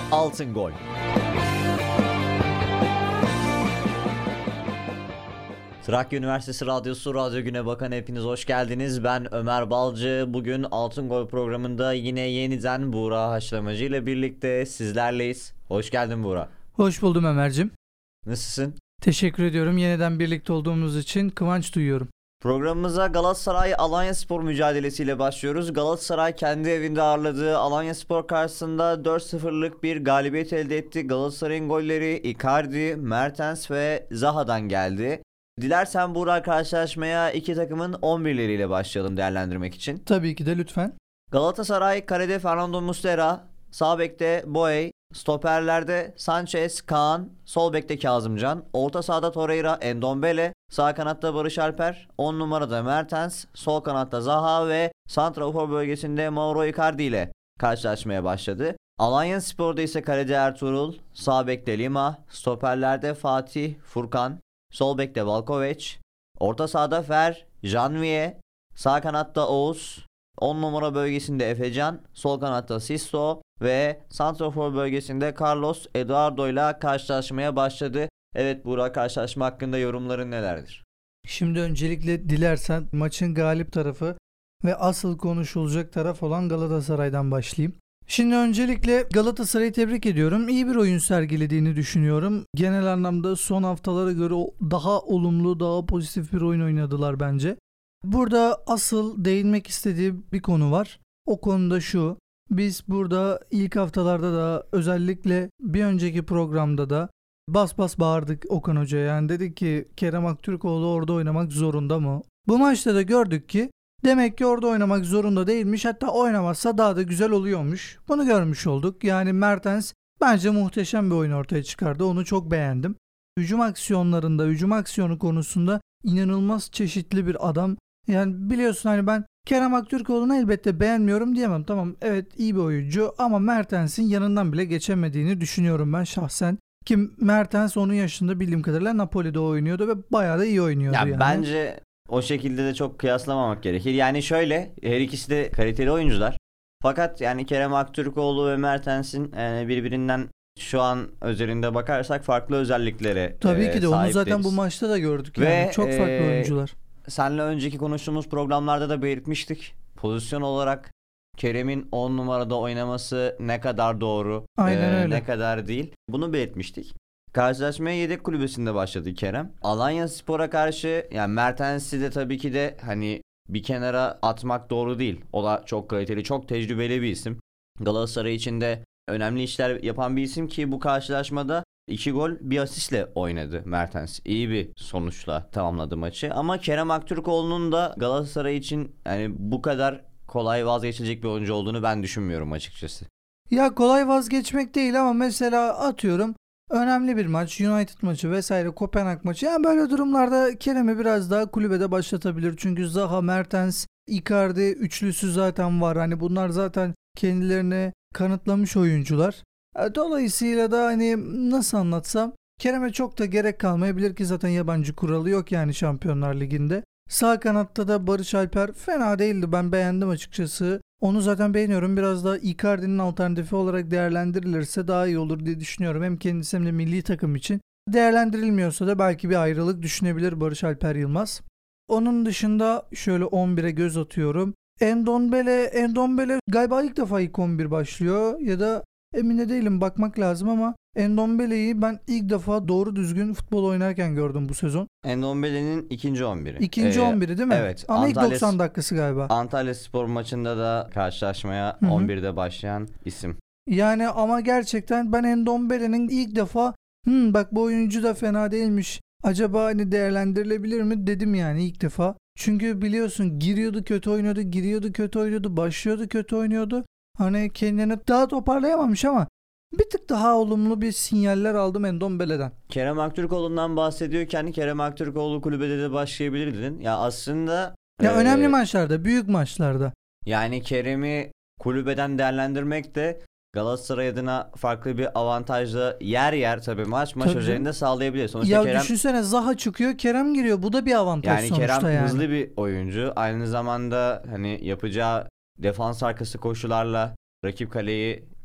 Altın Gol. Trakya Üniversitesi Radyosu Radyo Güne Bakan hepiniz hoş geldiniz. Ben Ömer Balcı. Bugün Altın Gol programında yine yeniden Buğra Haşlamacı ile birlikte sizlerleyiz. Hoş geldin Buğra. Hoş buldum Ömer'cim. Nasılsın? Teşekkür ediyorum. Yeniden birlikte olduğumuz için kıvanç duyuyorum. Programımıza Galatasaray Alanyaspor mücadelesiyle başlıyoruz. Galatasaray kendi evinde ağırladığı Alanyaspor karşısında 4-0'lık bir galibiyet elde etti. Galatasaray'ın golleri Icardi, Mertens ve Zaha'dan geldi. Dilersen Burak karşılaşmaya iki takımın 11'leriyle başlayalım değerlendirmek için. Tabii ki de lütfen. Galatasaray kalede Fernando Muslera, sağ bekte Boey, stoperlerde Sanchez, Kaan, sol bekte Kazımcan, orta sahada Torreira, Endombele, sağ kanatta Barış Alper, 10 numarada Mertens, sol kanatta Zaha ve santrafor bölgesinde Mauro Icardi ile karşılaşmaya başladı. Alanyaspor'da ise kalede Ertuğrul, sağ bekte Lima, stoperlerde Fatih, Furkan, sol bekte Valkovic, orta sahada Fer, Janvier, sağ kanatta Oğuz, 10 numara bölgesinde Efecan, sol kanatta Sisto ve santrafor bölgesinde Carlos Eduardo ile karşılaşmaya başladı. Evet Burak, karşılaşma hakkında yorumların nelerdir? Şimdi öncelikle dilersen maçın galip tarafı ve asıl konuşulacak taraf olan Galatasaray'dan başlayayım. Şimdi öncelikle Galatasaray'ı tebrik ediyorum. İyi bir oyun sergilediğini düşünüyorum. Genel anlamda son haftalara göre daha olumlu, daha pozitif bir oyun oynadılar bence. Burada asıl değinmek istediğim bir konu var. O konuda şu. Biz burada ilk haftalarda da özellikle bir önceki programda da bas bas bağırdık Okan Hoca'ya. Yani dedik ki Kerem Aktürkoğlu orada oynamak zorunda mı? Bu maçta da gördük ki demek ki orada oynamak zorunda değilmiş. Hatta oynamazsa daha da güzel oluyormuş. Bunu görmüş olduk. Yani Mertens bence muhteşem bir oyun ortaya çıkardı. Onu çok beğendim. Hücum aksiyonu konusunda inanılmaz çeşitli bir adam. Yani biliyorsun hani ben Kerem Aktürkoğlu'nu elbette beğenmiyorum diyemem. Tamam, evet iyi bir oyuncu ama Mertens'in yanından bile geçemediğini düşünüyorum ben şahsen. Ki Mertens onun yaşında bildiğim kadarıyla Napoli'de oynuyordu ve bayağı da iyi oynuyordu yani. Bence o şekilde de çok kıyaslamamak gerekir. Yani şöyle, her ikisi de kaliteli oyuncular. Fakat yani Kerem Aktürkoğlu ve Mertens'in birbirinden şu an üzerinde bakarsak farklı özelliklere tabii ki de onu zaten sahipleriz. Bu maçta da gördük. Yani çok farklı oyuncular. Seninle önceki konuştuğumuz programlarda da belirtmiştik. Pozisyon olarak Kerem'in 10 numarada oynaması ne kadar doğru, aynen öyle. ne kadar değil. Bunu belirtmiştik. Karşılaşmaya yedek kulübesinde başladı Kerem. Alanyaspor'a karşı yani Mertens'i de tabii ki de hani bir kenara atmak doğru değil. O da çok kaliteli, çok tecrübeli bir isim. Galatasaray için de önemli işler yapan bir isim ki bu karşılaşmada 2 gol 1 asistle oynadı Mertens. İyi bir sonuçla tamamladı maçı. Ama Kerem Aktürkoğlu'nun da Galatasaray için yani bu kadar kolay vazgeçilecek bir oyuncu olduğunu ben düşünmüyorum açıkçası. Ya kolay vazgeçmek değil ama mesela atıyorum önemli bir maç, United maçı vesaire, Kopenhag maçı. Yani böyle durumlarda Kerem'i biraz daha kulübede başlatabilir. Çünkü Zaha, Mertens, Icardi üçlüsü zaten var. Hani bunlar zaten kendilerini kanıtlamış oyuncular. Dolayısıyla da hani nasıl anlatsam Kerem'e çok da gerek kalmayabilir ki zaten yabancı kuralı yok yani Şampiyonlar Ligi'nde. Sağ kanatta da Barış Alper fena değildi. Ben beğendim açıkçası. Onu zaten beğeniyorum. Biraz da Icardi'nin alternatifi olarak değerlendirilirse daha iyi olur diye düşünüyorum. Hem kendisi hem de milli takım için. Değerlendirilmiyorsa da belki bir ayrılık düşünebilir Barış Alper Yılmaz. Onun dışında şöyle 11'e göz atıyorum. Endombele galiba ilk defa ilk 11 başlıyor ya da emin de değilim, bakmak lazım ama Endombele'yi ben ilk defa doğru düzgün futbol oynarken gördüm bu sezon. Endombele'nin ikinci 11'i. İkinci 11'i değil mi? Evet. Ama ilk 90 dakikası galiba. Antalyaspor maçında da karşılaşmaya 11'de başlayan isim. Yani ama gerçekten ben Endombele'nin ilk defa bak bu oyuncu da fena değilmiş, acaba hani değerlendirilebilir mi dedim yani ilk defa. Çünkü biliyorsun giriyordu kötü oynuyordu, başlıyordu kötü oynuyordu. Hani kendini daha toparlayamamış ama bir tık daha olumlu bir sinyaller aldım Endombele'den. Kerem Aktürkoğlu'ndan bahsediyorken Kerem Aktürkoğlu kulübede de başlayabilir dedin. Ya aslında önemli maçlarda, büyük maçlarda. Yani Kerem'i kulübeden değerlendirmek de Galatasaray adına farklı bir avantajla yer tabii maç üzerinde sağlayabilir. Sonuçta ya Kerem, düşünsene Zaha çıkıyor, Kerem giriyor. Bu da bir avantaj yani sonuçta Kerem yani. hızlı bir oyuncu. Aynı zamanda hani yapacağı defans arkası koşularla rakip kaleyi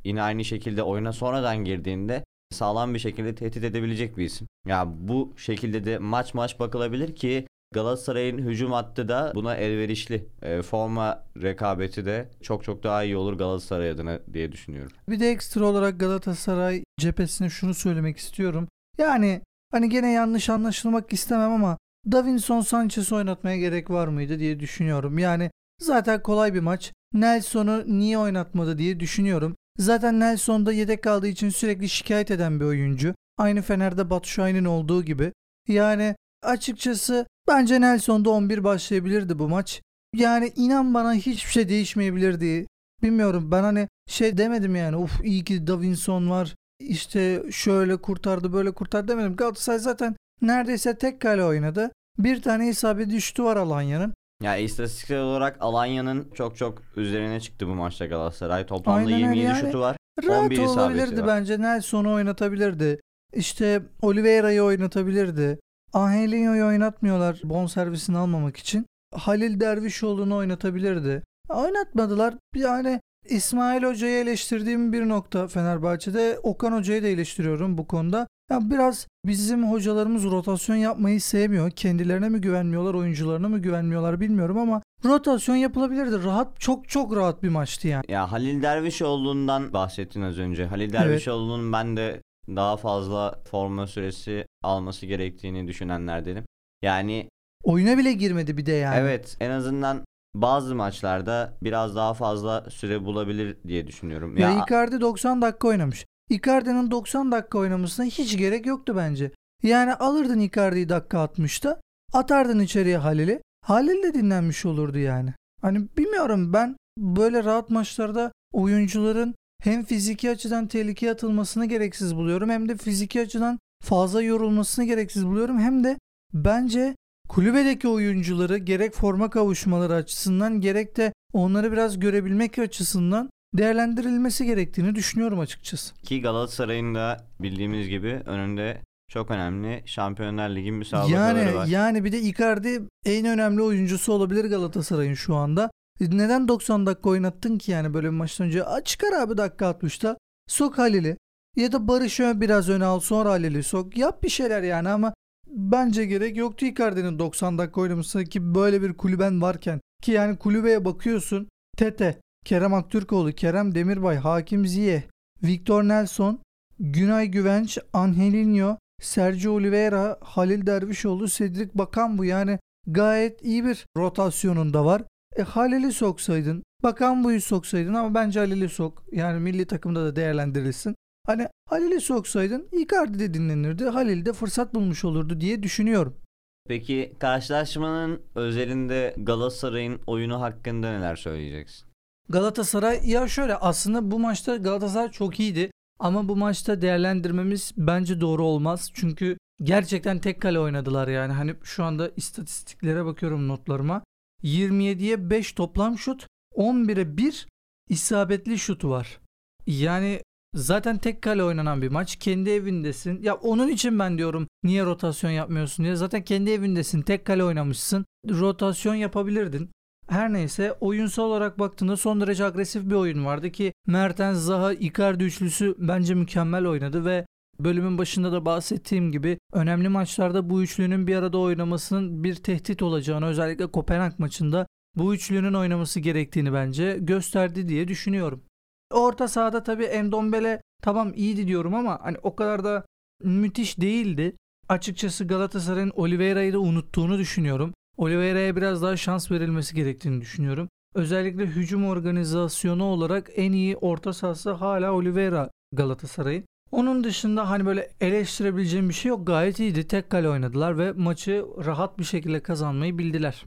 yine aynı şekilde oyuna sonradan girdiğinde sağlam bir şekilde tehdit edebilecek bir isim. Ya bu şekilde de maç bakılabilir ki Galatasaray'ın hücum hattı da buna elverişli. Forma rekabeti de çok daha iyi olur Galatasaray adına diye düşünüyorum. Bir de ekstra olarak Galatasaray cephesine şunu söylemek istiyorum. Yani hani gene yanlış anlaşılmak istemem ama Davinson Sanchez'i oynatmaya gerek var mıydı diye düşünüyorum. Yani zaten kolay bir maç. Nelson'u niye oynatmadı diye düşünüyorum. Zaten Nelson da yedek kaldığı için sürekli şikayet eden bir oyuncu. Aynı Fener'de Batu Şahin'in olduğu gibi. Yani açıkçası bence Nelson'da 11 başlayabilirdi bu maç. Yani inan bana hiçbir şey değişmeyebilirdi. Bilmiyorum, ben hani şey demedim yani, uf iyi ki Davinson var, İşte şöyle kurtardı böyle kurtardı demedim. Galatasaray zaten neredeyse tek kale oynadı. Bir tane isabetli şutu var Alanya'nın. Ya istatistiksel olarak Alanya'nın çok üzerine çıktı bu maçta Galatasaray. Toplamda Aynen öyle 27 yani. şutu var. Rahat 11 isabeti olabilirdi var. bence. Nelson'u oynatabilirdi. İşte Oliveira'yı oynatabilirdi. Angelinho'yu oynatmıyorlar bonservisini almamak için. Halil Dervişoğlu'nu oynatabilirdi. Oynatmadılar. Yani İsmail Hoca'yı eleştirdiğim bir nokta Fenerbahçe'de. Okan Hoca'yı da eleştiriyorum bu konuda. Ya biraz bizim hocalarımız rotasyon yapmayı sevmiyor. Kendilerine mi güvenmiyorlar, oyuncularına mı güvenmiyorlar bilmiyorum ama rotasyon yapılabilirdi. Rahat, çok rahat bir maçtı yani. Ya Halil Dervişoğlu'ndan bahsettin az önce. Halil Dervişoğlu'nun ben de daha fazla forma süresi alması gerektiğini düşünenlerdenim. Yani oyuna bile girmedi bir de yani. evet, en azından bazı maçlarda biraz daha fazla süre bulabilir diye düşünüyorum. Ya Icardi 90 dakika oynamış. Icardi'nin 90 dakika oynamasına hiç gerek yoktu bence. Yani alırdın Icardi'yi dakika 60'ta, atardın içeriye Halil'i. Halil de dinlenmiş olurdu yani. Hani bilmiyorum, ben böyle rahat maçlarda oyuncuların hem fiziki açıdan tehlikeye atılmasını gereksiz buluyorum, hem de fiziki açıdan fazla yorulmasını gereksiz buluyorum, hem de bence kulübedeki oyuncuları gerek forma kavuşmaları açısından gerek de onları biraz görebilmek açısından değerlendirilmesi gerektiğini düşünüyorum açıkçası. Ki Galatasaray'ın da bildiğimiz gibi önünde çok önemli Şampiyonlar Ligi müsabakaları var. Yani bir de Icardi en önemli oyuncusu olabilir Galatasaray'ın şu anda. Neden 90 dakika oynattın ki yani böyle bir maçtan önce? Çıkar abi dakika 60'ta. Sok Halil'i. Ya da Barış'ı biraz öne al, sonra Halil'i sok. Yap bir şeyler yani, ama bence gerek yoktu Icardi'nin 90 dakika oynaması, ki böyle bir kulüben varken. Ki yani kulübeye bakıyorsun. Tete, Kerem Aktürkoğlu, Kerem Demirbay, Hakim Ziyech, Victor Nelson, Günay Güvenç, Angelinho, Sergio Oliveira, Halil Dervişoğlu, Cedric Bakambu, yani gayet iyi bir rotasyonunda var. Halil'i soksaydın, Bakambu'yu soksaydın, ama bence Halil'i sok. Yani milli takımda da değerlendirilsin. Hani Halil'i soksaydın Icardi de dinlenirdi, Halil de fırsat bulmuş olurdu diye düşünüyorum. Peki karşılaşmanın özelinde Galatasaray'ın oyunu hakkında neler söyleyeceksin? Galatasaray, ya şöyle, aslında bu maçta Galatasaray çok iyiydi. Ama bu maçta değerlendirmemiz bence doğru olmaz. Çünkü gerçekten tek kale oynadılar yani. Hani şu anda istatistiklere bakıyorum, notlarıma. 27'ye 5 toplam şut, 11'e 1 isabetli şutu var. Yani zaten tek kale oynanan bir maç. Kendi evindesin. Ya onun için ben diyorum niye rotasyon yapmıyorsun diye. Zaten kendi evindesin. Tek kale oynamışsın. Rotasyon yapabilirdin. Her neyse, oyunsal olarak baktığında son derece agresif bir oyun vardı ki Mertens, Zaha, Icardi üçlüsü bence mükemmel oynadı ve bölümün başında da bahsettiğim gibi önemli maçlarda bu üçlünün bir arada oynamasının bir tehdit olacağını, özellikle Kopenhag maçında bu üçlünün oynaması gerektiğini bence gösterdi diye düşünüyorum. Orta sahada tabii Endombele tamam iyiydi diyorum ama hani o kadar da müthiş değildi. Açıkçası Galatasaray'ın Oliveira'yı da unuttuğunu düşünüyorum. Oliveira'ya biraz daha şans verilmesi gerektiğini düşünüyorum. Özellikle hücum organizasyonu olarak en iyi orta sahası hala Oliveira Galatasaray'ın. Onun dışında hani böyle eleştirebileceğim bir şey yok. Gayet iyiydi. Tek kale oynadılar ve maçı rahat bir şekilde kazanmayı bildiler.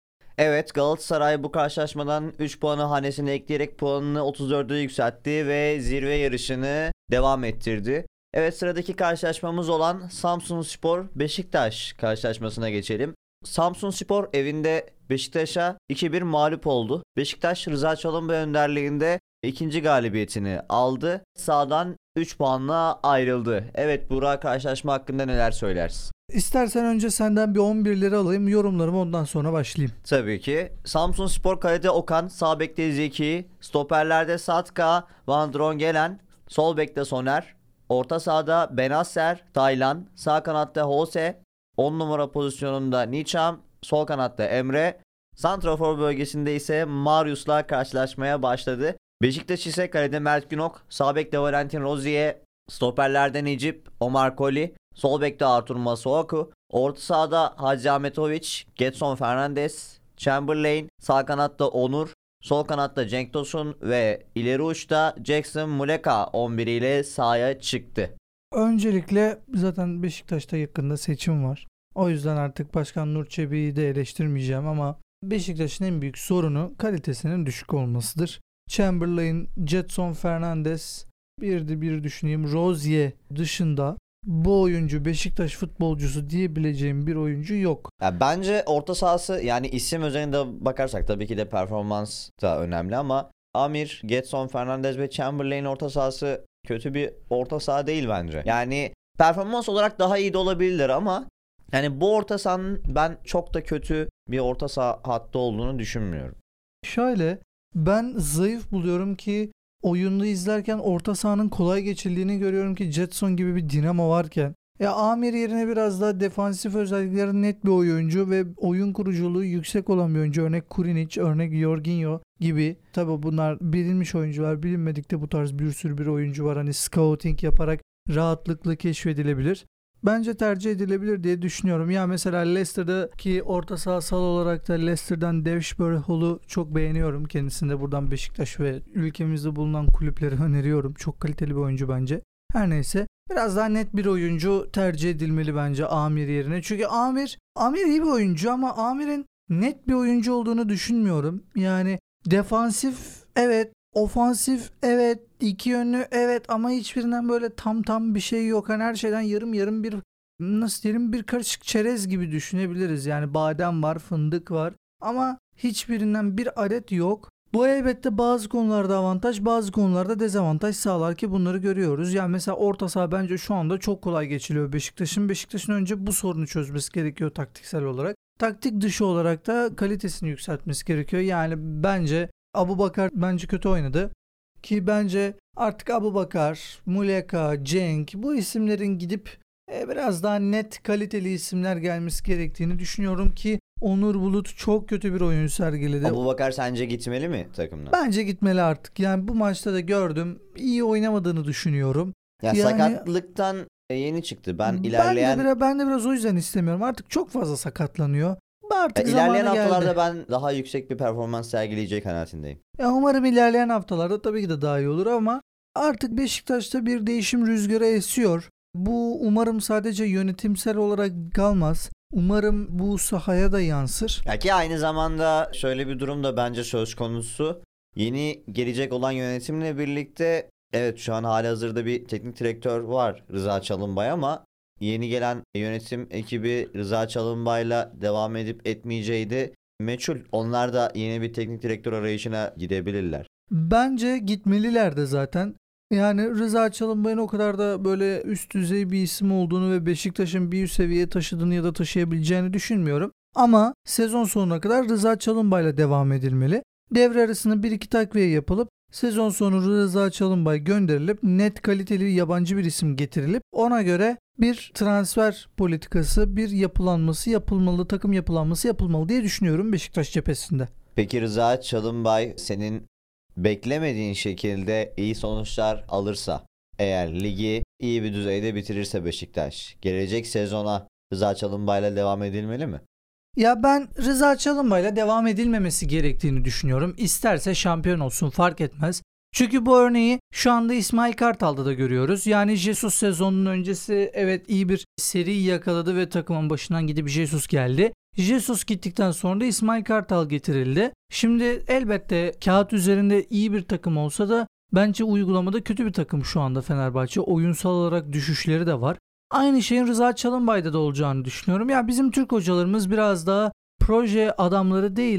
Evet, Galatasaray bu karşılaşmadan 3 puanı hanesine ekleyerek puanını 34'e yükseltti ve zirve yarışını devam ettirdi. Evet, sıradaki karşılaşmamız olan Samsunspor Beşiktaş karşılaşmasına geçelim. Samsunspor evinde Beşiktaş'a 2-1 mağlup oldu. Beşiktaş Rıza Çalınbay önderliğinde ikinci galibiyetini aldı. Sahadan 3 puanla ayrıldı. Evet Burak, karşılaşma hakkında neler söylersin? İstersen önce senden bir 11'leri alayım, yorumlarımı ondan sonra başlayayım. Tabii ki. Samsunspor kalede Okan, sağ bekte Zeki, stoperlerde Satka, Van Drongelen, sol bekte Soner, orta sahada Benasser, Taylan, sağ kanatta Jose, 10 numara pozisyonunda Niçam, sol kanatta Emre, santrafor bölgesinde ise Marius'la karşılaşmaya başladı. Beşiktaş ise kalede Mert Günok, sağ bekte Valentin Rozier, stoperlerde Necip, Omar Koli, sol bekte Artur Masuaku, orta sahada Hacı Ahmetoviç, Gedson Fernandes, Chamberlain, sağ kanatta Onur, sol kanatta Cenk Tosun ve ileri uçta Jackson Muleka 11 ile sahaya çıktı. Öncelikle zaten Beşiktaş'ta yakında seçim var. O yüzden artık Başkan Nur Çebi'yi de eleştirmeyeceğim ama Beşiktaş'ın en büyük sorunu kalitesinin düşük olmasıdır. Chamberlain, Gedson Fernandes, bir düşüneyim, Rozier dışında bu oyuncu Beşiktaş futbolcusu diyebileceğim bir oyuncu yok. Ya bence orta sahası, yani isim özelinde bakarsak tabii ki de performans da önemli ama Amir, Gedson Fernandes ve Chamberlain orta sahası kötü bir orta saha değil bence. Yani performans olarak daha iyi de olabilirler ama yani bu orta sahanın ben çok da kötü bir orta saha hattı olduğunu düşünmüyorum. Şöyle, ben zayıf buluyorum ki oyunu izlerken orta sahanın kolay geçildiğini görüyorum ki Jetson gibi bir dinamo varken. Amir yerine biraz daha defansif özellikleri net bir oyuncu ve oyun kuruculuğu yüksek olan bir oyuncu. Örnek Kurinic, örnek Jorginho gibi. Tabi bunlar bilinmiş oyuncular. Bilinmedikte bu tarz bir sürü bir oyuncu var. Hani scouting yaparak rahatlıkla keşfedilebilir. Bence tercih edilebilir diye düşünüyorum. Ya mesela Leicester'daki orta sahasal olarak da Leicester'dan Devşböre Hall'u çok beğeniyorum. Kendisini de buradan Beşiktaş ve ülkemizde bulunan kulüpleri öneriyorum. Çok kaliteli bir oyuncu bence. Her neyse, biraz daha net bir oyuncu tercih edilmeli bence Amir yerine. Çünkü Amir iyi bir oyuncu ama Amir'in net bir oyuncu olduğunu düşünmüyorum. Yani defansif evet, ofansif evet, iki yönlü evet ama hiçbirinden böyle tam bir şey yok. Hani her şeyden yarım bir, nasıl diyelim, bir karışık çerez gibi düşünebiliriz. Yani badem var, fındık var ama hiçbirinden bir adet yok. Bu elbette bazı konularda avantaj, bazı konularda dezavantaj sağlar ki bunları görüyoruz. Yani mesela orta saha bence şu anda çok kolay geçiliyor Beşiktaş'ın. Beşiktaş'ın önce bu sorunu çözmesi gerekiyor taktiksel olarak. Taktik dışı olarak da kalitesini yükseltmesi gerekiyor. Yani bence Abubakar bence kötü oynadı. Ki bence artık Abubakar, Muleka, Cenk bu isimlerin gidip biraz daha net kaliteli isimler gelmesi gerektiğini düşünüyorum ki Onur Bulut çok kötü bir oyun sergiledi. Abubakar sence gitmeli mi takımdan? Bence gitmeli artık. Yani bu maçta da gördüm. İyi oynamadığını düşünüyorum. Ya sakatlıktan yeni çıktı. Ben de biraz o yüzden istemiyorum. Artık çok fazla sakatlanıyor. Artık ilerleyen zamanı haftalarda geldi. ben daha yüksek bir performans sergileyecek kanaatindeyim. Umarım ilerleyen haftalarda tabii ki de daha iyi olur ama artık Beşiktaş'ta bir değişim rüzgarı esiyor. Bu umarım sadece yönetimsel olarak kalmaz. Umarım bu sahaya da yansır. Ya ki aynı zamanda şöyle bir durum da bence söz konusu. Yeni gelecek olan yönetimle birlikte evet şu an halihazırda bir teknik direktör var, Rıza Çalınbay, ama yeni gelen yönetim ekibi Rıza Çalınbay'la devam edip etmeyeceği de meçhul. Onlar da yeni bir teknik direktör arayışına gidebilirler. Bence gitmeliler de zaten. Yani Rıza Çalınbay'ın o kadar da böyle üst düzey bir isim olduğunu ve Beşiktaş'ın bir üst seviyeye taşıdığını ya da taşıyabileceğini düşünmüyorum. Ama sezon sonuna kadar Rıza Çalınbay'la devam edilmeli. Devre arasında 1-2 takviye yapılıp sezon sonu Rıza Çalınbay gönderilip net kaliteli yabancı bir isim getirilip ona göre bir transfer politikası, bir yapılanması yapılmalı, takım yapılanması yapılmalı diye düşünüyorum Beşiktaş cephesinde. Peki Rıza Çalınbay senin beklemediğin şekilde iyi sonuçlar alırsa, eğer ligi iyi bir düzeyde bitirirse Beşiktaş, gelecek sezona Rıza Çalınbay'la devam edilmeli mi? Ya ben Rıza Çalınbay'la devam edilmemesi gerektiğini düşünüyorum. İsterse şampiyon olsun, fark etmez. Çünkü bu örneği şu anda İsmail Kartal'da da görüyoruz. Yani Jesus sezonunun öncesi evet iyi bir seri yakaladı ve takımın başından gidip Jesus geldi. Jesus gittikten sonra da İsmail Kartal getirildi. Şimdi elbette kağıt üzerinde iyi bir takım olsa da bence uygulamada kötü bir takım şu anda Fenerbahçe. Oyunsal olarak düşüşleri de var. Aynı şeyin Rıza Çalınbay'da da olacağını düşünüyorum. Ya bizim Türk hocalarımız biraz daha proje adamları değil de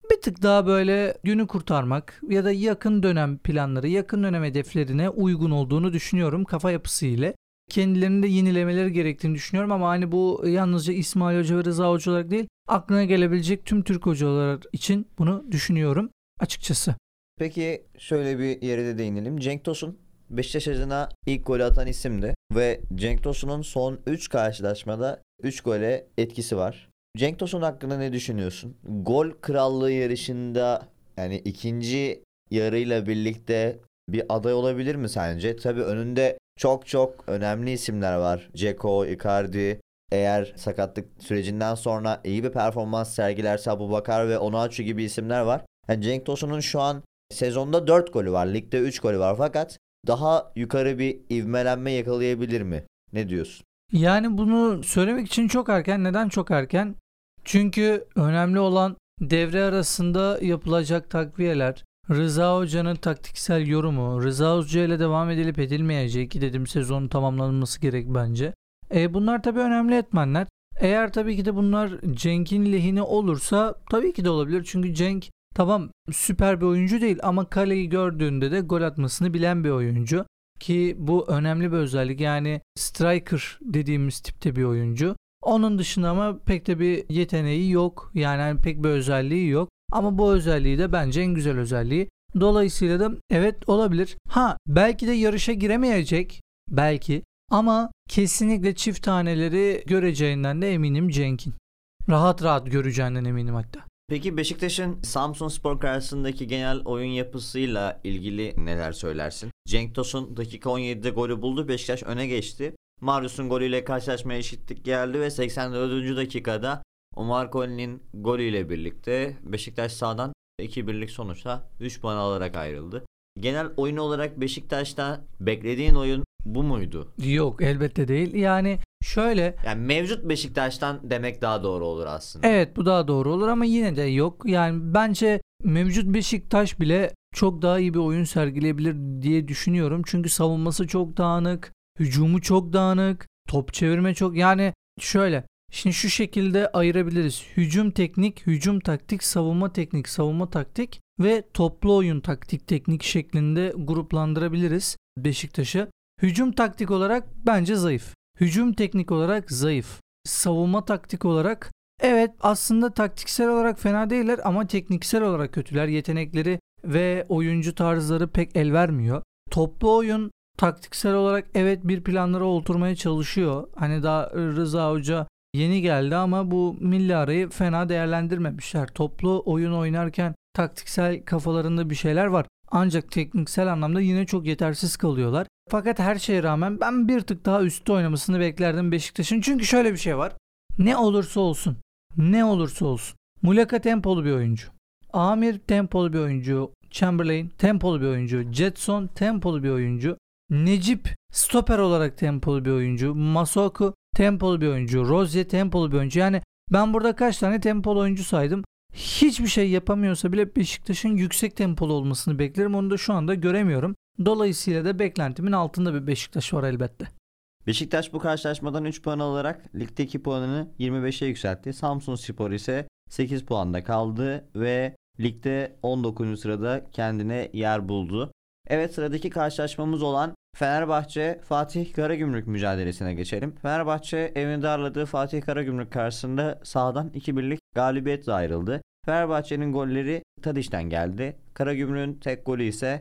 bir tık daha böyle günü kurtarmak ya da yakın dönem planları, yakın dönem hedeflerine uygun olduğunu düşünüyorum kafa yapısı ile. Kendilerini de yenilemeleri gerektiğini düşünüyorum ama hani bu yalnızca İsmail Hoca ve Rıza Hoca olarak değil, aklına gelebilecek tüm Türk hocalar için bunu düşünüyorum açıkçası. Peki şöyle bir yere de değinelim. Cenk Tosun Beşiktaş adına ilk golü atan isimdi ve Cenk Tosun'un son 3 karşılaşmada 3 gole etkisi var. Cenk Tosun hakkında ne düşünüyorsun? Gol krallığı yarışında yani ikinci yarıyla birlikte bir aday olabilir mi sence? Tabii önünde çok çok önemli isimler var. Dzeko, Icardi. Eğer sakatlık sürecinden sonra iyi bir performans sergilerse Abubakar ve Onuachu gibi isimler var. Yani Cenk Tosun'un şu an sezonda 4 golü var. Ligde 3 golü var fakat daha yukarı bir ivmelenme yakalayabilir mi? Ne diyorsun? Yani bunu söylemek için çok erken. Neden çok erken? Çünkü önemli olan devre arasında yapılacak takviyeler, Rıza Hoca'nın taktiksel yorumu, Rıza Hoca ile devam edilip edilmeyecek ki dedim sezonun tamamlanması gerek bence. Bunlar tabii önemli etmenler. Eğer tabii ki de bunlar Cenk'in lehine olursa tabii ki de olabilir. Çünkü Cenk tamam süper bir oyuncu değil ama kaleyi gördüğünde de gol atmasını bilen bir oyuncu. Ki bu önemli bir özellik, yani striker dediğimiz tipte bir oyuncu. Onun dışında ama pek de bir yeteneği yok. Yani hani pek bir özelliği yok. Ama bu özelliği de bence en güzel özelliği. Dolayısıyla da evet olabilir. Belki de yarışa giremeyecek. Belki. Ama kesinlikle çift taneleri göreceğinden de eminim Cenk'in. Rahat rahat göreceğinden eminim hatta. Peki Beşiktaş'ın Samsunspor karşısındaki genel oyun yapısıyla ilgili neler söylersin? Cenk Tosun dakika 17'de golü buldu. Beşiktaş öne geçti. Marius'un golüyle karşılaşmaya eşitlik geldi ve 84. dakikada Omar Colley'nin golüyle birlikte Beşiktaş sahadan 2-1'lik sonuçta 3 puan alarak ayrıldı. Genel oyun olarak Beşiktaş'ta beklediğin oyun bu muydu? Yok, elbette değil. Yani şöyle. Yani mevcut Beşiktaş'tan demek daha doğru olur aslında. Evet, bu daha doğru olur ama yine de yok. Yani bence mevcut Beşiktaş bile çok daha iyi bir oyun sergileyebilir diye düşünüyorum. Çünkü savunması çok dağınık, hücumu çok dağınık, top çevirme çok. Yani şöyle. Şimdi şu şekilde ayırabiliriz. Hücum teknik, hücum taktik, savunma teknik, savunma taktik ve toplu oyun taktik teknik şeklinde gruplandırabiliriz Beşiktaş'ı. Hücum taktik olarak bence zayıf. Hücum teknik olarak zayıf. Savunma taktik olarak evet aslında taktiksel olarak fena değiller ama tekniksel olarak kötüler. Yetenekleri ve oyuncu tarzları pek el vermiyor. Toplu oyun taktiksel olarak evet bir planlara oturmaya çalışıyor. Hani daha Rıza Hoca yeni geldi ama bu milli arayı fena değerlendirmemişler. Toplu oyun oynarken taktiksel kafalarında bir şeyler var. Ancak tekniksel anlamda yine çok yetersiz kalıyorlar. Fakat her şeye rağmen ben bir tık daha üstte oynamasını beklerdim Beşiktaş'ın. Çünkü şöyle bir şey var. Ne olursa olsun. Ne olursa olsun. Muleka tempolu bir oyuncu. Amir tempolu bir oyuncu. Chamberlain tempolu bir oyuncu. Jetson tempolu bir oyuncu. Necip stoper olarak tempolu bir oyuncu. Masuaku tempolu bir oyuncu. Rozier tempolu bir oyuncu. Yani ben burada kaç tane tempolu oyuncu saydım. Hiçbir şey yapamıyorsa bile Beşiktaş'ın yüksek tempolu olmasını beklerim. Onu da şu anda göremiyorum. Dolayısıyla da beklentimin altında bir Beşiktaş var elbette. Beşiktaş bu karşılaşmadan 3 puan alarak ligdeki puanını 25'e yükseltti. Samsunspor ise 8 puanda kaldı ve ligde 19. sırada kendine yer buldu. Evet, sıradaki karşılaşmamız olan Fenerbahçe Fatih Karagümrük mücadelesine geçelim. Fenerbahçe evinde ağırladığı Fatih Karagümrük karşısında sahadan 2-1'lik galibiyetle ayrıldı. Fenerbahçe'nin golleri Tadic'ten geldi. Karagümrük'ün tek golü ise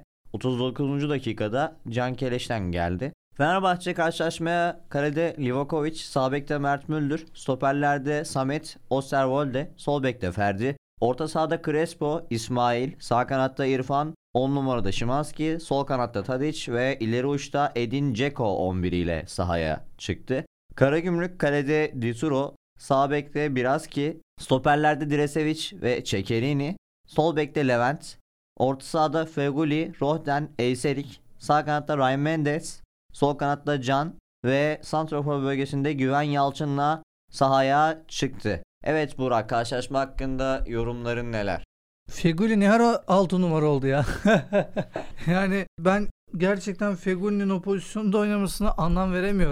39. dakikada Can Keleş'ten geldi. Fenerbahçe karşılaşmaya kalede Livakovic, sağ bekte Mert Müldür, stoperlerde Samet, Osterwolde, sol bekte Ferdi, orta sahada Crespo, İsmail, sağ kanatta İrfan, 10 numarada Szymański, sol kanatta Tadic ve ileri uçta Edin Dzeko 11 ile sahaya çıktı. Karagümrük kalede Dituro, sağ bekte Biraski, stoperlerde Dresevic ve Çekerini, sol bekte Levent, orta sahada Feguli, Rohden, Eyserik, sağ kanatta Ryan Mendes, sol kanatta Can ve santrafor bölgesinde Güven Yalçın'la sahaya çıktı. Evet Burak, karşılaşma hakkında yorumların neler? Feguli ne ara 6 numara oldu ya. Yani ben gerçekten Feguli'nin o pozisyonda oynamasına anlam veremiyorum.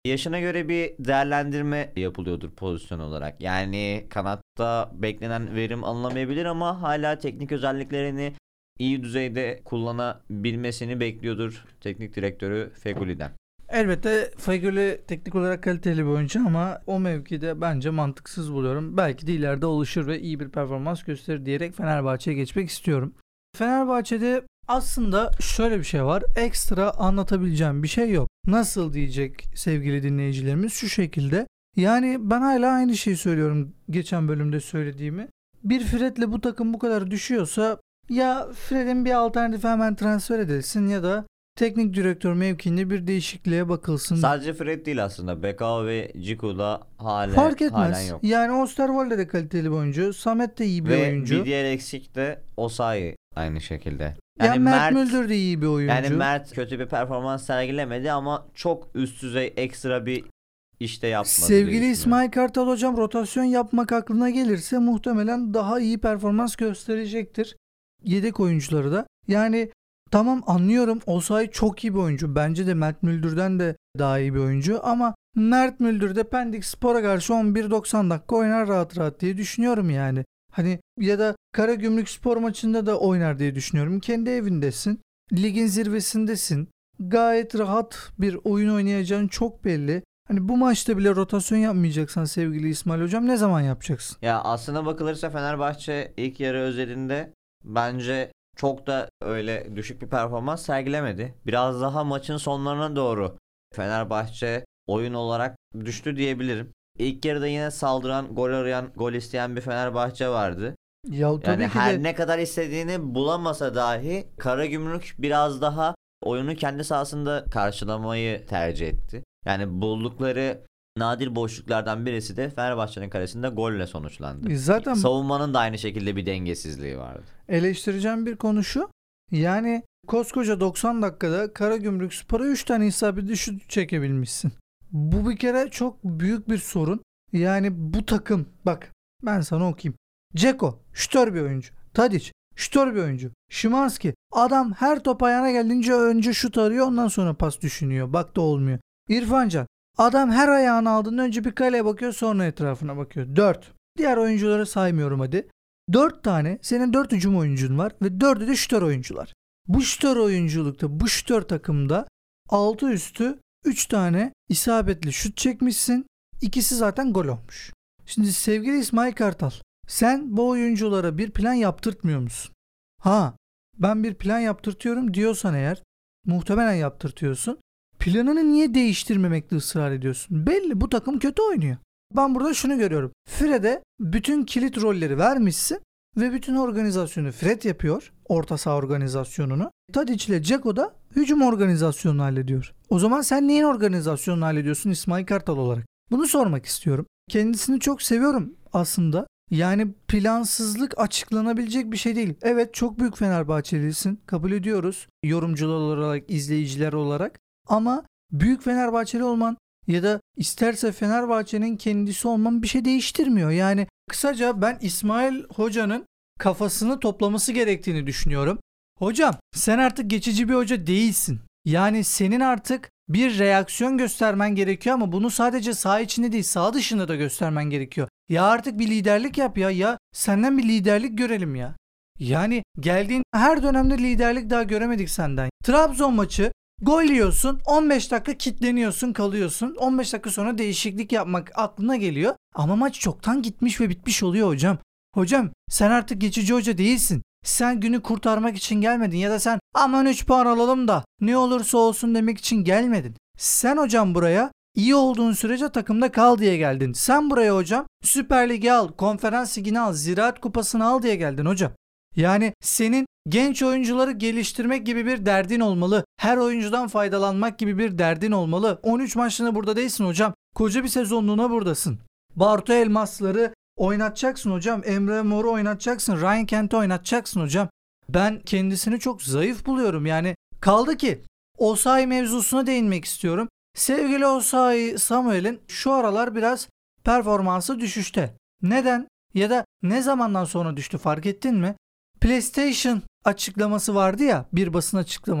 Yaşına göre bir değerlendirme yapılıyordur pozisyon olarak. Yani kanatta beklenen verim alınamayabilir ama hala teknik özelliklerini iyi düzeyde kullanabilmesini bekliyordur teknik direktörü Fegüli'den. Elbette Fegüli teknik olarak kaliteli bir oyuncu ama o mevkide bence mantıksız buluyorum. Belki de ileride oluşur ve iyi bir performans gösterir diyerek Fenerbahçe'ye geçmek istiyorum. Fenerbahçe'de aslında şöyle bir şey var. Ekstra anlatabileceğim bir şey yok. Nasıl diyecek sevgili dinleyicilerimiz? Şu şekilde. Yani ben hala aynı şeyi söylüyorum geçen bölümde söylediğimi. Bir Fred'le bu takım bu kadar düşüyorsa ya Fred'in bir alternatifi hemen transfer edilsin ya da teknik direktör mevkiinde bir değişikliğe bakılsın. Sadece Fred değil aslında. Bekao ve Ciku da Fark etmez. halen yok. Yani Osterwolde de kaliteli bir oyuncu. Samet de iyi bir oyuncu. Ve bir diğer eksik de Osayi aynı şekilde. Yani Mert Müldür de iyi bir oyuncu. Yani Mert kötü bir performans sergilemedi ama çok üst düzey ekstra bir işte yapmadı. Sevgili İsmail Kartal hocam rotasyon yapmak aklına gelirse muhtemelen daha iyi performans gösterecektir. Yedek oyuncuları da. Yani tamam anlıyorum Osayi çok iyi bir oyuncu. Bence de Mert Müldür'den de daha iyi bir oyuncu ama Mert Müldür de Pendik Spor'a karşı 11-90 dakika oynar rahat rahat diye düşünüyorum yani. Hani ya da Karagümrükspor maçında da oynar diye düşünüyorum. Kendi evindesin. Ligin zirvesindesin. Gayet rahat bir oyun oynayacağın çok belli. Hani bu maçta bile rotasyon yapmayacaksan sevgili İsmail hocam ne zaman yapacaksın? Ya aslına bakılırsa Fenerbahçe ilk yarı özelinde bence çok da öyle düşük bir performans sergilemedi. Biraz daha maçın sonlarına doğru Fenerbahçe oyun olarak düştü diyebilirim. İlk yarıda yine saldıran, gol arayan, gol isteyen bir Fenerbahçe vardı. Ya tabii Yani ki her de ne kadar istediğini bulamasa dahi Karagümrük biraz daha oyunu kendi sahasında karşılamayı tercih etti. Yani buldukları nadir boşluklardan birisi de Fenerbahçe'nin kalesinde golle sonuçlandı. zaten Savunmanın da aynı şekilde bir dengesizliği vardı. eleştireceğim bir konu şu. Yani koskoca 90 dakikada Karagümrükspor'a 3 tane isabetli şut çekebilmişsin. Bu bir kere çok büyük bir sorun. Yani bu takım bak ben sana okuyayım. Dzeko şütör bir oyuncu. Tadic şütör bir oyuncu. Szymanski adam her top ayağına geldiğince önce şut arıyor ondan sonra pas düşünüyor. Bak da olmuyor. İrfan Can adam her ayağını aldığında önce bir kaleye bakıyor sonra etrafına bakıyor. 4. Diğer oyuncuları saymıyorum hadi. 4 tane senin 4 hücum oyuncun var ve 4'ü de şütör oyuncular. Bu şütör oyunculukta bu şütör takımda 6 üstü 3 tane isabetli şut çekmişsin. İkisi zaten gol olmuş. Şimdi sevgili İsmail Kartal sen bu oyunculara bir plan yaptırtmıyor musun? Ha ben bir plan yaptırtıyorum diyorsan eğer muhtemelen yaptırtıyorsun. Planını niye değiştirmemekte ısrar ediyorsun? Belli bu takım kötü oynuyor. Ben burada şunu görüyorum. Fred'e bütün kilit rolleri vermişsin ve bütün organizasyonu Fred yapıyor. Orta saha organizasyonunu. Tadic ile Dzeko da hücum organizasyonunu hallediyor. O zaman sen neyin organizasyonunu hallediyorsun İsmail Kartal olarak? Bunu sormak istiyorum. Kendisini çok seviyorum aslında. Yani plansızlık açıklanabilecek bir şey değil. Evet çok büyük Fenerbahçelisin. Kabul ediyoruz. Yorumcular olarak, izleyiciler olarak. Ama büyük Fenerbahçeli olman ya da isterse Fenerbahçe'nin kendisi olman bir şey değiştirmiyor. Yani kısaca ben İsmail Hoca'nın kafasını toplaması gerektiğini düşünüyorum. Hocam sen artık geçici bir hoca değilsin. Yani senin artık bir reaksiyon göstermen gerekiyor ama bunu sadece saha içinde değil saha dışında da göstermen gerekiyor. Ya artık bir liderlik yap ya. Ya senden bir liderlik görelim ya. Yani geldiğin her dönemde liderlik daha göremedik senden. Trabzon maçı gol yiyorsun 15 dakika kitleniyorsun kalıyorsun 15 dakika sonra değişiklik yapmak aklına geliyor ama maç çoktan gitmiş ve bitmiş oluyor hocam. Hocam sen artık geçici hoca değilsin. Sen günü kurtarmak için gelmedin ya da sen aman 3 puan alalım da ne olursa olsun demek için gelmedin. Sen hocam buraya iyi olduğun sürece takımda kal diye geldin. Sen buraya hocam Süper Lig'i al, Konferans Ligi'ni al, Ziraat Kupası'nı al diye geldin hocam. Yani senin genç oyuncuları geliştirmek gibi bir derdin olmalı. Her oyuncudan faydalanmak gibi bir derdin olmalı. 13 maçlığına burada değilsin hocam. Koca bir sezonluğuna buradasın. Bartu Elmasları oynatacaksın hocam. Emre Mor'u oynatacaksın. Ryan Kent'i oynatacaksın hocam. Ben kendisini çok zayıf buluyorum. Yani kaldı ki Osayi mevzusuna değinmek istiyorum. Sevgili Osayi Samuel'in şu aralar biraz performansı düşüşte. Neden? Ya da ne zamandan sonra düştü fark ettin mi? PlayStation açıklaması vardı ya, bir basın açıklaması.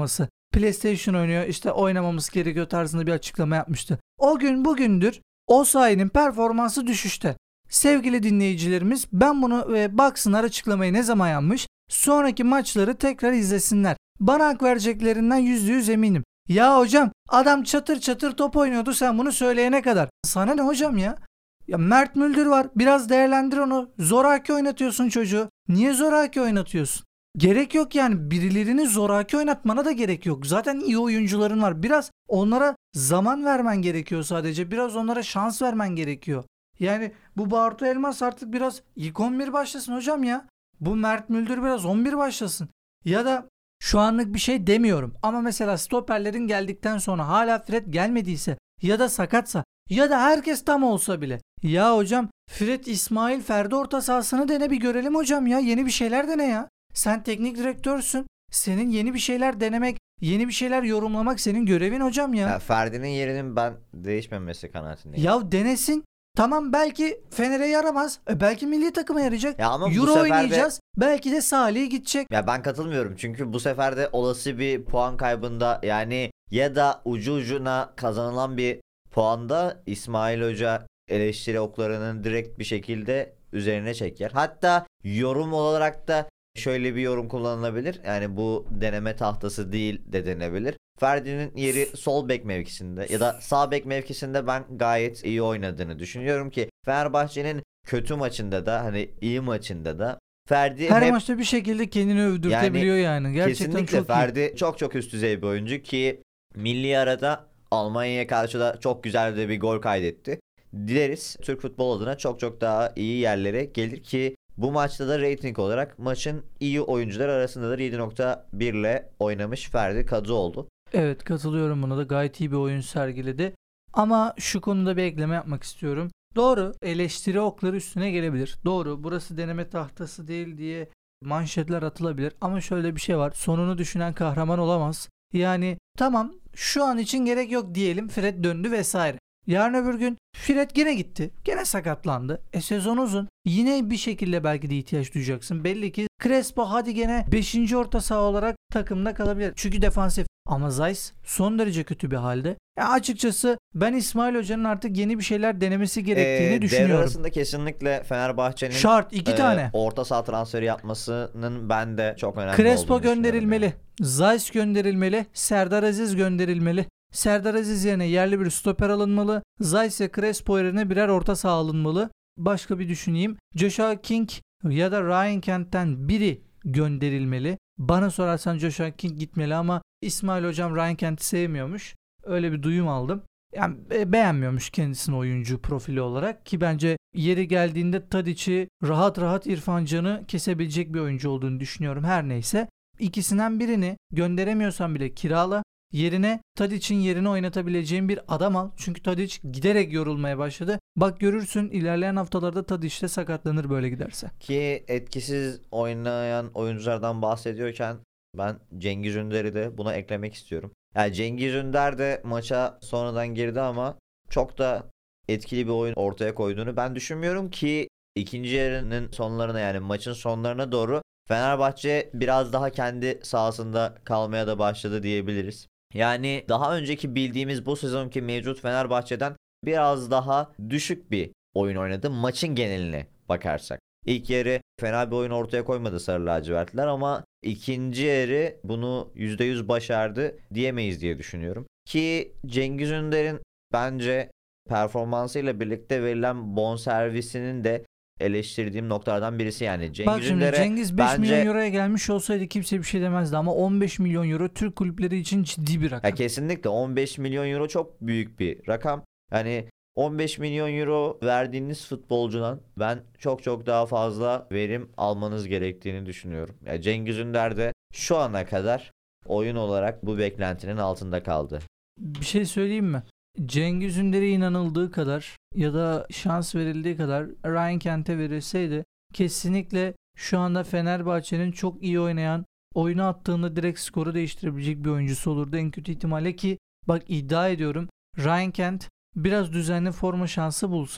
PlayStation oynuyor, işte oynamamız gerekiyor tarzında bir açıklama yapmıştı. O gün bugündür Osayi'nin performansı düşüşte. Sevgili dinleyicilerimiz, ben bunu baksınlar açıklamayı ne zaman yapmış. Sonraki maçları tekrar izlesinler. Bana hak vereceklerinden %100 eminim. Ya hocam adam çatır çatır top oynuyordu sen bunu söyleyene kadar. Sana ne hocam ya? Ya Mert Müldür var, biraz değerlendir onu. Zoraki oynatıyorsun çocuğu. Niye zoraki oynatıyorsun? Gerek yok yani, birilerini zoraki oynatmana da gerek yok. Zaten iyi oyuncuların var. Biraz onlara zaman vermen gerekiyor sadece. Biraz onlara şans vermen gerekiyor. Yani bu Bartu Elmas artık biraz ilk 11 başlasın hocam ya. Bu Mert Müldür biraz 11 başlasın. Ya da şu anlık bir şey demiyorum. Ama mesela stoperlerin geldikten sonra hala Fred gelmediyse ya da sakatsa ya da herkes tam olsa bile. Ya hocam Fred, İsmail, Ferdi orta sahasını dene bir görelim hocam ya. Yeni bir şeyler dene ya. Sen teknik direktörsün. Senin yeni bir şeyler denemek, yeni bir şeyler yorumlamak senin görevin hocam ya. Ya Ferdi'nin yerinin ben değişmemesi kanaatindeyim. Ya denesin. Tamam, belki Fener'e yaramaz. Belki milli takıma yarayacak. Ya ama bu Euro sefer oynayacağız. Belki de Salih'e gidecek. Ya ben katılmıyorum çünkü bu sefer de olası bir puan kaybında yani ya da ucu ucuna kazanılan bir puanda İsmail Hoca eleştiri oklarının direkt bir şekilde üzerine çeker. Hatta yorum olarak da şöyle bir yorum kullanılabilir. Yani bu deneme tahtası değil de denebilir. Ferdi'nin yeri sol bek mevkisinde ya da sağ bek mevkisinde ben gayet iyi oynadığını düşünüyorum ki Fenerbahçe'nin kötü maçında da hani iyi maçında da Ferdi Her hep maçta bir şekilde kendini övdürtebiliyor yani. Gerçekten kesinlikle çok iyi. Ferdi çok üst düzey bir oyuncu ki milli arada Almanya'ya karşı da çok güzel de bir gol kaydetti. Dileriz Türk futbol adına çok daha iyi yerlere gelir ki bu maçta da reyting olarak maçın iyi oyuncular arasındadır. 7.1 ile oynamış Ferdi Kadıoğlu. Evet, katılıyorum buna da, gayet iyi bir oyun sergiledi. Ama şu konuda bir ekleme yapmak istiyorum. Doğru, eleştiri okları üstüne gelebilir. Doğru, burası deneme tahtası değil diye manşetler atılabilir. Ama şöyle bir şey var. Sonunu düşünen kahraman olamaz. Yani tamam, şu an için gerek yok diyelim, Fred döndü vesaire. Yarın öbür gün Fred gene gitti. Gene sakatlandı. Sezon uzun. Yine bir şekilde belki de ihtiyaç duyacaksın. Belli ki Crespo hadi gene 5. orta saha olarak takımda kalabilir. Çünkü defansif. Ama Zeiss son derece kötü bir halde. Açıkçası ben İsmail Hoca'nın artık yeni bir şeyler denemesi gerektiğini düşünüyorum. Devre arasında kesinlikle Fenerbahçe'nin şart 2 tane. Orta saha transferi yapmasının ben de çok önemli Crespo olduğunu gönderilmeli. Yani. Zeiss gönderilmeli. Serdar Aziz gönderilmeli. Serdar Aziz yerine yerli bir stoper alınmalı. Zeiss ve Crespo yerine birer orta saha alınmalı. Başka bir düşüneyim. Joshua King ya da Ryan Kent'ten biri gönderilmeli. Bana sorarsan Joshua King gitmeli ama İsmail Hocam Ryan Kent'i sevmiyormuş. Öyle bir duyum aldım. Yani beğenmiyormuş kendisini oyuncu profili olarak ki bence yeri geldiğinde Tadic'i rahat İrfan Can'ı kesebilecek bir oyuncu olduğunu düşünüyorum. Her neyse, ikisinden birini gönderemiyorsan bile kirala. Yerine Tadic'in yerine oynatabileceğin bir adam al. Çünkü Tadic giderek yorulmaya başladı. Bak görürsün ilerleyen haftalarda Tadic de sakatlanır böyle giderse. Ki etkisiz oynayan oyunculardan bahsediyorken ben Cengiz Ünder'i de buna eklemek istiyorum. Yani Cengiz Ünder de maça sonradan girdi ama çok da etkili bir oyun ortaya koyduğunu ben düşünmüyorum ki ikinci yarının sonlarına yani maçın sonlarına doğru Fenerbahçe biraz daha kendi sahasında kalmaya da başladı diyebiliriz. Yani daha önceki bildiğimiz bu sezonki mevcut Fenerbahçe'den biraz daha düşük bir oyun oynadı maçın geneline bakarsak. İlk yarı fena bir oyun ortaya koymadı Sarı Lacivertliler ama ikinci yarı bunu %100 başardı diyemeyiz diye düşünüyorum. Ki Cengiz Ünder'in bence performansıyla birlikte verilen bonservisinin de eleştirdiğim noktalardan birisi yani. Bak şimdi Cengiz 5 milyon euroya gelmiş olsaydı kimse bir şey demezdi ama 15 milyon euro Türk kulüpleri için ciddi bir rakam. Ya kesinlikle 15 milyon euro çok büyük bir rakam. Yani 15 milyon euro verdiğiniz futbolcudan ben çok daha fazla verim almanız gerektiğini düşünüyorum. Yani Cengiz Ünder de şu ana kadar oyun olarak bu beklentinin altında kaldı. Bir şey söyleyeyim mi? Cengiz Ünder'e inanıldığı kadar ya da şans verildiği kadar Ryan Kent'e verilseydi kesinlikle şu anda Fenerbahçe'nin çok iyi oynayan, oyunu attığında direkt skoru değiştirebilecek bir oyuncusu olurdu en kötü ihtimalle ki bak iddia ediyorum Ryan Kent biraz düzenli forma şansı bulsa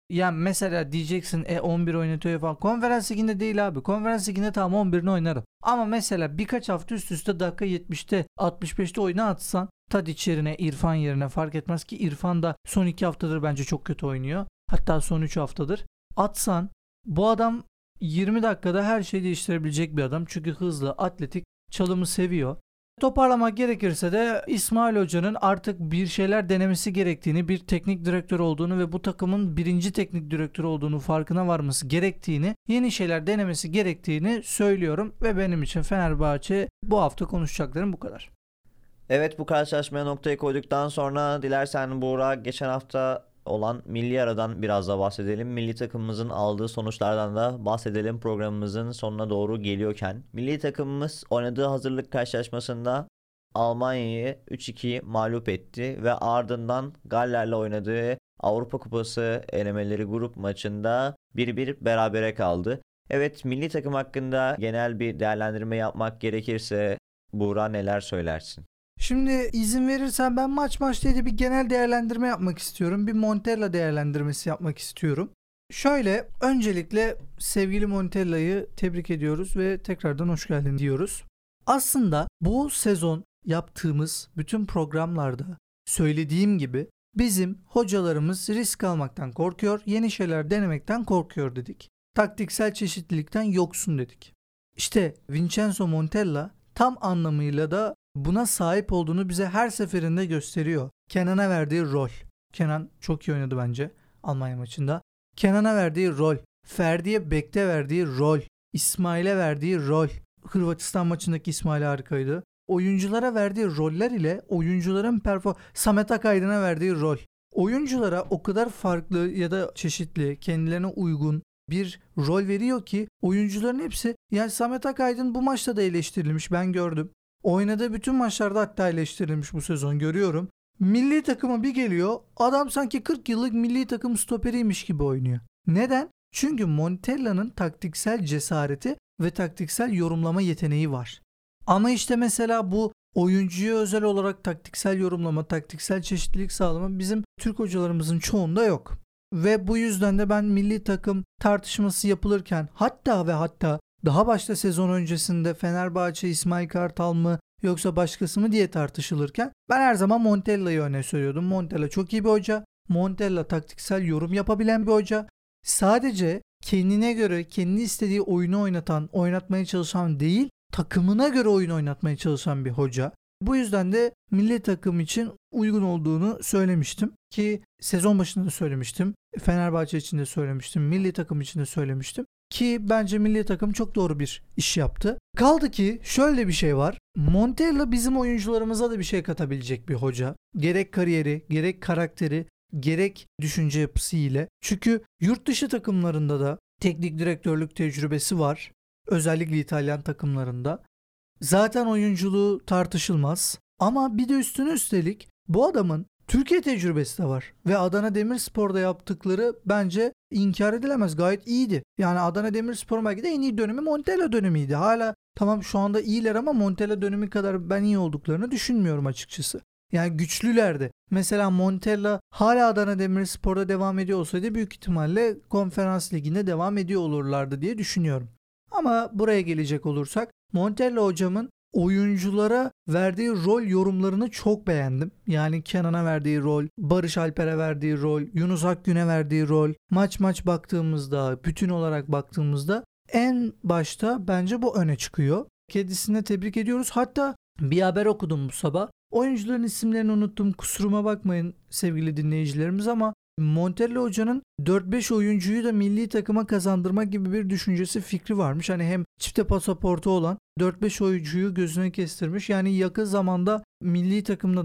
Yani mesela diyeceksin 11 oynatıyor falan. Konferans liginde değil abi. Konferans liginde tamam 11'ini oynarım. Ama mesela birkaç hafta üst üste dakika 70'te 65'te oyuna atsan Tadic yerine İrfan yerine fark etmez ki İrfan da son 2 haftadır bence çok kötü oynuyor. Hatta son 3 haftadır. Atsan bu adam 20 dakikada her şeyi değiştirebilecek bir adam. Çünkü hızlı, atletik, çalımı seviyor. Toparlamak gerekirse de İsmail Hoca'nın artık bir şeyler denemesi gerektiğini, bir teknik direktör olduğunu ve bu takımın birinci teknik direktör olduğunu farkına varması gerektiğini, yeni şeyler denemesi gerektiğini söylüyorum ve benim için Fenerbahçe bu hafta konuşacaklarım bu kadar. Evet, bu karşılaşmaya noktayı koyduktan sonra dilersen Buğra, geçen hafta olan milli aradan biraz da bahsedelim. Milli takımımızın aldığı sonuçlardan da bahsedelim programımızın sonuna doğru geliyorken. Milli takımımız oynadığı hazırlık karşılaşmasında Almanya'yı 3-2 mağlup etti ve ardından Galler'le oynadığı Avrupa Kupası elemeleri grup maçında 1-1 berabere kaldı. Evet, milli takım hakkında genel bir değerlendirme yapmak gerekirse Buğra, neler söylersin? Şimdi izin verirsen ben maç diye de bir genel değerlendirme yapmak istiyorum. Bir Montella değerlendirmesi yapmak istiyorum. Şöyle, öncelikle sevgili Montella'yı tebrik ediyoruz ve tekrardan hoş geldin diyoruz. Aslında bu sezon yaptığımız bütün programlarda söylediğim gibi bizim hocalarımız risk almaktan korkuyor, yeni şeyler denemekten korkuyor dedik. Taktiksel çeşitlilikten yoksun dedik. İşte Vincenzo Montella tam anlamıyla da buna sahip olduğunu bize her seferinde gösteriyor. Kenan'a verdiği rol. Kenan çok iyi oynadı bence Almanya maçında. Kenan'a verdiği rol. Ferdi'ye bekte verdiği rol. İsmail'e verdiği rol. Hırvatistan maçındaki İsmail harikaydı. Oyunculara verdiği roller ile oyuncuların Samet Akaydın'a verdiği rol. Oyunculara o kadar farklı ya da çeşitli, kendilerine uygun bir rol veriyor ki oyuncuların hepsi, yani Samet Akaydın bu maçta da eleştirilmiş, ben gördüm. Oynadığı bütün maçlarda hatta eleştirilmiş bu sezon, görüyorum. Milli takıma bir geliyor, adam sanki 40 yıllık milli takım stoperiymiş gibi oynuyor. Neden? Çünkü Montella'nın taktiksel cesareti ve taktiksel yorumlama yeteneği var. Ama işte mesela bu oyuncuya özel olarak taktiksel yorumlama, taktiksel çeşitlilik sağlama bizim Türk hocalarımızın çoğunda yok. Ve bu yüzden de ben milli takım tartışması yapılırken hatta daha başta sezon öncesinde Fenerbahçe İsmail Kartal mı yoksa başkası mı diye tartışılırken ben her zaman Montella'yı öne sürüyordum. Montella çok iyi bir hoca. Montella taktiksel yorum yapabilen bir hoca. Sadece kendine göre kendi istediği oyunu oynatmaya çalışan değil, takımına göre oyun oynatmaya çalışan bir hoca. Bu yüzden de milli takım için uygun olduğunu söylemiştim ki sezon başında da söylemiştim. Fenerbahçe için de söylemiştim. Milli takım için de söylemiştim. Ki bence milli takım çok doğru bir iş yaptı. Kaldı ki şöyle bir şey var. Montella bizim oyuncularımıza da bir şey katabilecek bir hoca. Gerek kariyeri, gerek karakteri, gerek düşünce yapısı ile. Çünkü yurt dışı takımlarında da teknik direktörlük tecrübesi var. Özellikle İtalyan takımlarında. Zaten oyunculuğu tartışılmaz. Ama bir de üstelik bu adamın Türkiye tecrübesi de var. Ve Adana Demirspor'da yaptıkları bence inkar edilemez. Gayet iyiydi. Yani Adana Demirspor'un belki de en iyi dönemi Montella dönemiydi. Hala tamam şu anda iyiler ama Montella dönemi kadar ben iyi olduklarını düşünmüyorum açıkçası. Yani güçlülerdi. Mesela Montella hala Adana Demirspor'da devam ediyor olsaydı büyük ihtimalle Konferans Ligi'nde devam ediyor olurlardı diye düşünüyorum. Ama buraya gelecek olursak Montella hocamın oyunculara verdiği rol yorumlarını çok beğendim. Yani Kenan'a verdiği rol, Barış Alper'e verdiği rol, Yunus Akgün'e verdiği rol, maç baktığımızda, bütün olarak baktığımızda en başta bence bu öne çıkıyor. Kendisine tebrik ediyoruz. Hatta bir haber okudum bu sabah. Oyuncuların isimlerini unuttum. Kusuruma bakmayın sevgili dinleyicilerimiz ama Montella hocanın 4-5 oyuncuyu da milli takıma kazandırmak gibi bir düşüncesi, fikri varmış. Hani hem çifte pasaportu olan 4-5 oyuncuyu gözüne kestirmiş. Yani yakın zamanda milli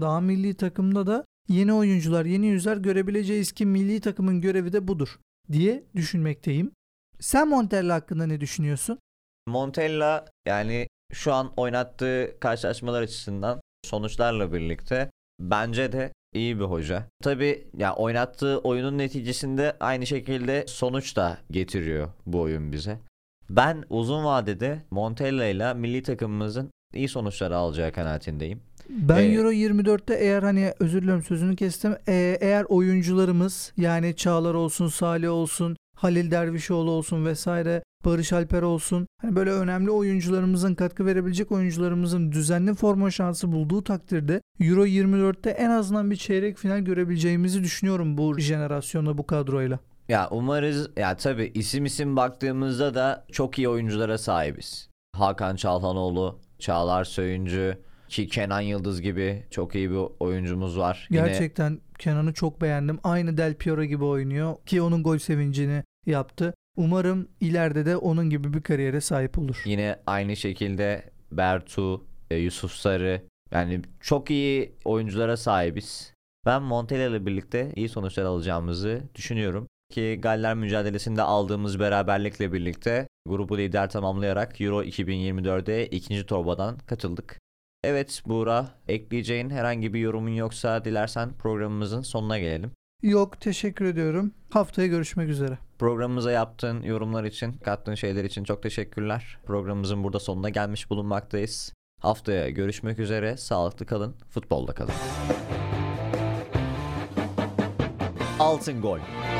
takımda da yeni oyuncular, yeni yüzler görebileceğiz ki milli takımın görevi de budur diye düşünmekteyim. Sen Montella hakkında ne düşünüyorsun? Montella yani şu an oynattığı karşılaşmalar açısından sonuçlarla birlikte bence de iyi bir hoca. Tabii ya, oynattığı oyunun neticesinde aynı şekilde sonuç da getiriyor bu oyun bize. Ben uzun vadede Montella ile milli takımımızın iyi sonuçlar alacağı kanaatindeyim. Ben Euro 24'te eğer hani özür dilerim sözünü kestim. Eğer oyuncularımız yani Çağlar olsun, Salih olsun, Halil Dervişoğlu olsun vesaire, Barış Alper olsun. Hani böyle önemli oyuncularımızın, katkı verebilecek oyuncularımızın düzenli forma şansı bulduğu takdirde Euro 24'te en azından bir çeyrek final görebileceğimizi düşünüyorum bu jenerasyonla, bu kadroyla. Ya umarız. Ya tabii isim baktığımızda da çok iyi oyunculara sahibiz. Hakan Çalhanoğlu, Çağlar Söyüncü ki Kenan Yıldız gibi çok iyi bir oyuncumuz var. Gerçekten Kenan'ı çok beğendim. Aynı Del Piero gibi oynuyor ki onun gol sevincini yaptı. Umarım ileride de onun gibi bir kariyere sahip olur. Yine aynı şekilde Bertu, Yusuf Sarı, yani çok iyi oyunculara sahibiz. Ben Montella ile birlikte iyi sonuçlar alacağımızı düşünüyorum. Ki Galler mücadelesinde aldığımız beraberlikle birlikte grubu lider tamamlayarak Euro 2024'de ikinci torbadan katıldık. Evet Buğra, ekleyeceğin herhangi bir yorumun yoksa dilersen programımızın sonuna gelelim. Yok, teşekkür ediyorum. Haftaya görüşmek üzere. Programımıza yaptığın yorumlar için, kattığın şeyler için çok teşekkürler. Programımızın burada sonuna gelmiş bulunmaktayız. Haftaya görüşmek üzere. Sağlıklı kalın, futbolda kalın. Altın Gol.